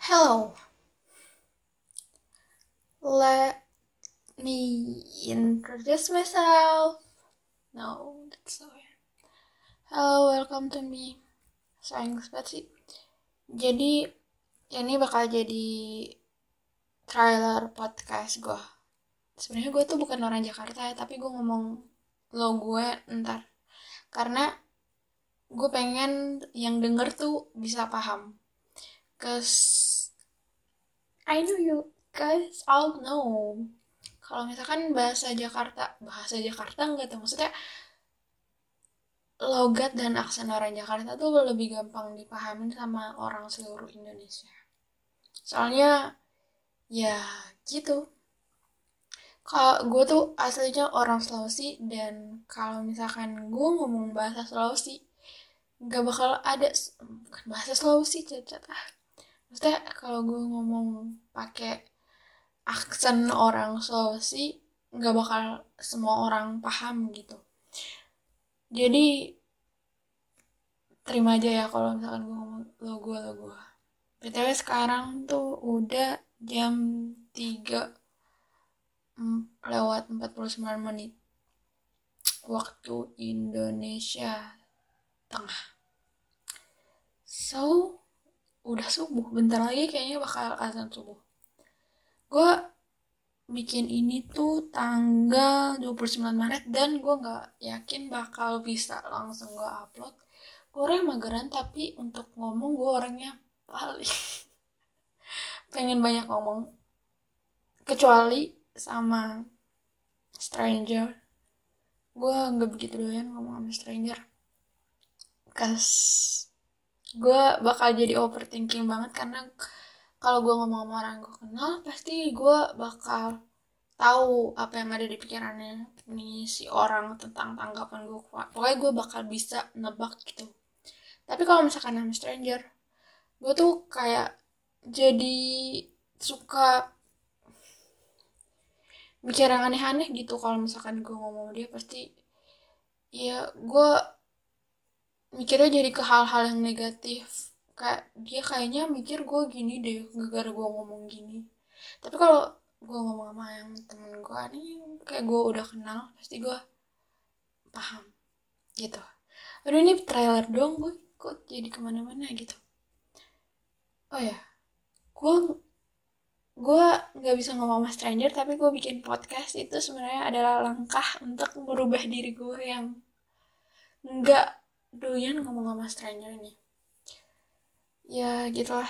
Hello, let me introduce myself. No, that's so weird. Hello, welcome to me. Sayang banget sih. Jadi, ini bakal jadi trailer podcast gue. Sebenarnya gue tuh bukan orang Jakarta ya, tapi gue ngomong lo gue ntar. Karena gue pengen yang denger tuh bisa paham. Cause I know you guys all know. Kalau misalkan bahasa Jakarta enggak tuh, maksudnya logat dan aksen orang Jakarta tuh lebih gampang dipahami sama orang seluruh Indonesia. Soalnya ya gitu. Kalau gue tuh aslinya orang Sulawesi dan kalau misalkan gue ngomong bahasa Sulawesi nggak bakal ada bukan bahasa Sulawesi cacat ah. Maksudnya kalau gue ngomong pakai aksen orang Sulawesi nggak bakal semua orang paham gitu. Jadi terima aja ya kalau misalkan gue ngomong lo gue. BTW sekarang tuh udah jam 3 lewat 49 menit waktu Indonesia Tengah. So, udah subuh. Bentar lagi kayaknya bakal azan subuh. Gue bikin ini tuh tanggal 29 Maret dan gue gak yakin bakal bisa langsung gue upload. Gue orangnya mageran tapi untuk ngomong gue orangnya paling pengen banyak ngomong. Kecuali sama stranger. Gue gak begitu doyan ngomong sama stranger. Cause gue bakal jadi overthinking banget karena kalau gue ngomong sama orang gue kenal pasti gue bakal tahu apa yang ada di pikirannya nih si orang tentang tanggapan gue. Pokoknya gue bakal bisa nebak gitu. Tapi kalau misalkan sama stranger, gue tuh kayak jadi suka mikir yang aneh-aneh gitu. Kalau misalkan gue ngomong sama dia pasti ya gue mikirnya jadi ke hal-hal yang negatif, kayak dia kayaknya mikir gue gini deh gara-gara gue ngomong gini. Tapi kalau gue ngomong sama yang temen gue nih kayak gue udah kenal pasti gue paham gitu. Aduh ini trailer doang gue kok jadi kemana-mana gitu. Oh ya, gue gue nggak bisa ngomong sama stranger tapi gue bikin podcast itu sebenarnya adalah langkah untuk merubah diri gue yang nggak doyan ngomong sama stranger ini. Ya gitulah.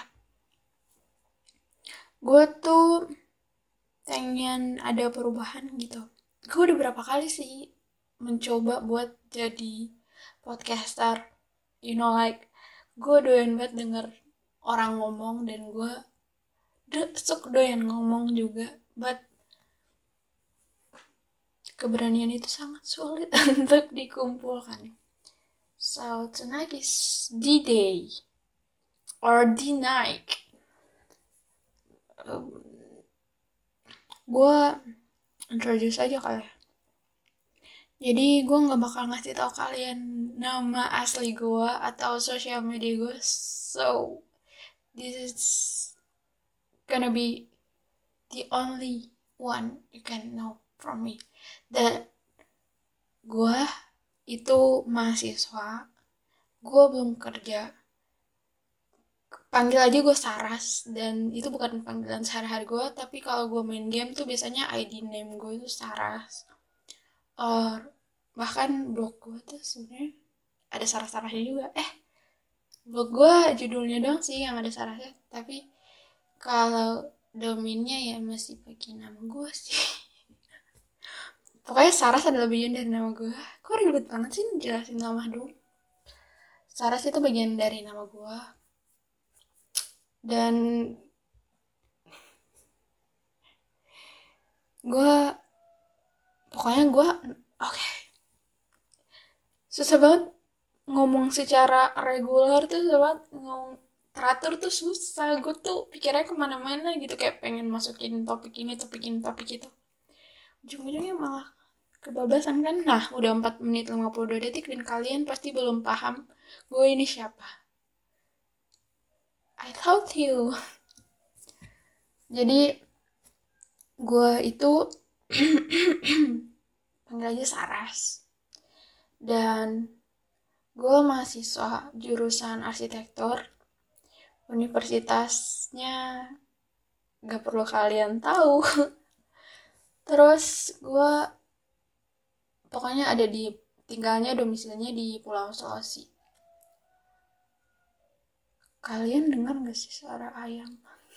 Gue tuh pengen ada perubahan gitu. Gue udah berapa kali sih mencoba buat jadi podcaster. You know like gue doyan banget denger orang ngomong dan gue suka doyan ngomong juga. But keberanian itu sangat sulit untuk dikumpulkan. So tonight is D-Day or D-Night. Gue introduce aja kali. Jadi gue nggak bakal ngasih tahu kalian nama asli gue atau sosial media gue. So this is gonna be the only one you can know from me. Dan gue itu mahasiswa, gue belum kerja. Panggil aja gue Saras dan itu bukan panggilan sehari-hari gue, tapi kalau gue main game tuh biasanya ID name gue itu Saras. Or bahkan blog gue tuh sebenarnya ada saras-sarasnya juga. Blog gue judulnya doang sih yang ada sarasnya, tapi kalau domainnya ya masih pakai nama gue sih. Pokoknya Saras adalah bagian dari nama gue. Kok ribet banget sih jelasin nama dulu. Saras itu bagian dari nama gue. Dan gue pokoknya gue oke. Susah banget ngomong secara reguler tuh, susah banget ngomong teratur tuh susah. Gue tuh pikirnya kemana-mana gitu, kayak pengen masukin topik ini topik itu, ujung-ujungnya malah kebablasan kan. Nah udah 4 menit 52 detik dan kalian pasti belum paham gue ini siapa. I told you Jadi gue itu panggil aja Saras, dan gue mahasiswa jurusan arsitektur. Universitasnya gak perlu kalian tahu. Terus gue pokoknya ada di tinggalnya domisilinya di Pulau Sulawesi. Kalian dengar gak sih suara ayam?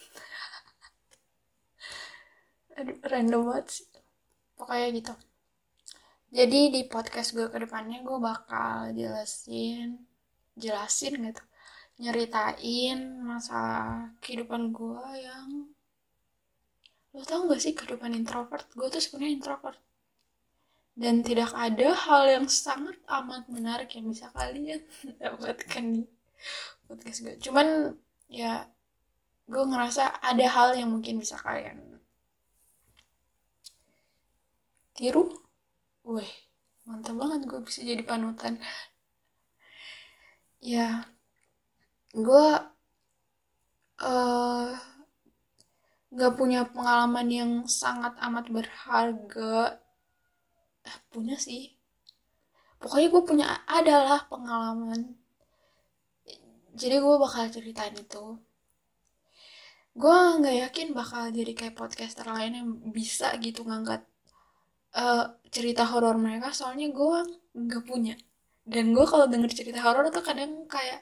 Aduh, random banget sih. Pokoknya gitu. Jadi di podcast gue ke depannya gue bakal jelasin gitu. Nyeritain masalah kehidupan gue yang, lo tau gak sih kehidupan introvert? Gue tuh sebenarnya introvert. Dan tidak ada hal yang sangat amat menarik yang bisa kalian dapatkan di podcast gue. Cuman ya gue ngerasa ada hal yang mungkin bisa kalian tiru. Wih, mantap banget gue bisa jadi panutan. Ya, gue uh, gak punya pengalaman yang sangat amat berharga. Punya sih. Pokoknya gue punya adalah pengalaman. Jadi gue bakal ceritain itu. Gue gak yakin bakal jadi kayak podcaster lain yang bisa gitu ngangkat cerita horor mereka, soalnya gue nggak punya. Dan gue kalau denger cerita horor tuh kadang kayak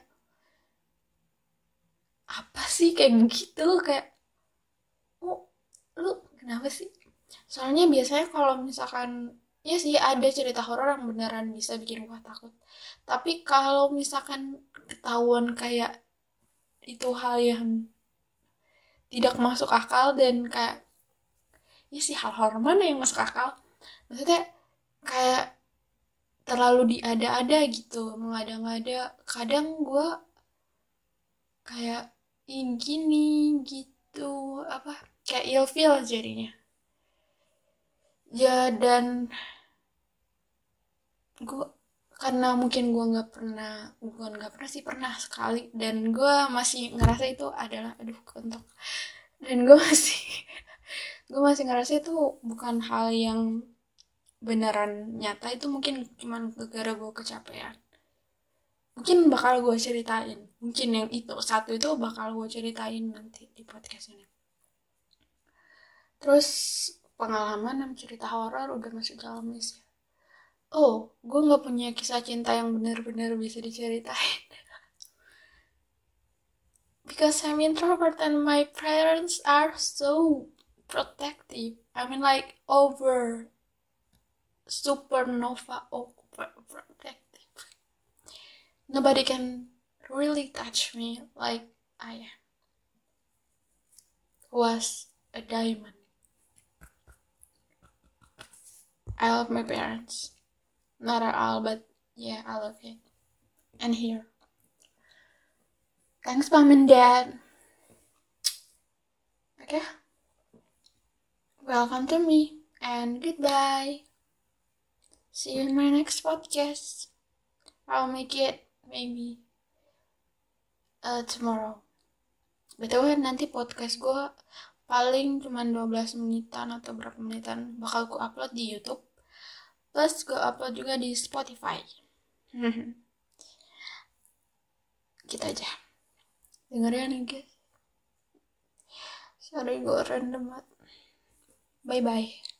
apa sih kayak gitu, kayak oh lu kenapa sih. Soalnya biasanya kalau misalkan ya sih ada cerita horor yang beneran bisa bikin gue takut, tapi kalau misalkan ketahuan kayak itu hal yang tidak masuk akal dan kayak ya sih hal horor mana yang masuk akal, maksudnya kayak terlalu diada-ada gitu, mengada-ngada. Kadang gue kayak gini gitu, apa, kayak ilfeel jadinya. Ya dan gue karena mungkin gue nggak pernah, bukan nggak pernah sih, pernah sekali, dan gue masih ngerasa itu adalah aduh kontok, dan gue masih gue masih ngerasa itu bukan hal yang beneran nyata, itu mungkin cuman gara-gara gue kecapean. Mungkin bakal gue ceritain, mungkin yang itu satu itu bakal gue ceritain nanti di podcast ini. Terus pengalaman dan cerita horor udah masuk dalam list ya. Oh, gue nggak punya kisah cinta yang benar-benar bisa diceritain. Because I'm introvert and my parents are so protective. I mean like over supernova over protective. Nobody can really touch me like I was a diamond. I love my parents. Not at all, but yeah, I love it. And here. Thanks, Mom and Dad. Okay. Welcome to me, and goodbye. See you in my next podcast. I'll make it maybe tomorrow. Btw nanti podcast gue paling cuma 12 menitan atau berapa menitan bakal gue upload di YouTube. Plus gue upload juga di Spotify. Gitu aja. Dengerin ya guys. Sorry gue random banget. Bye bye.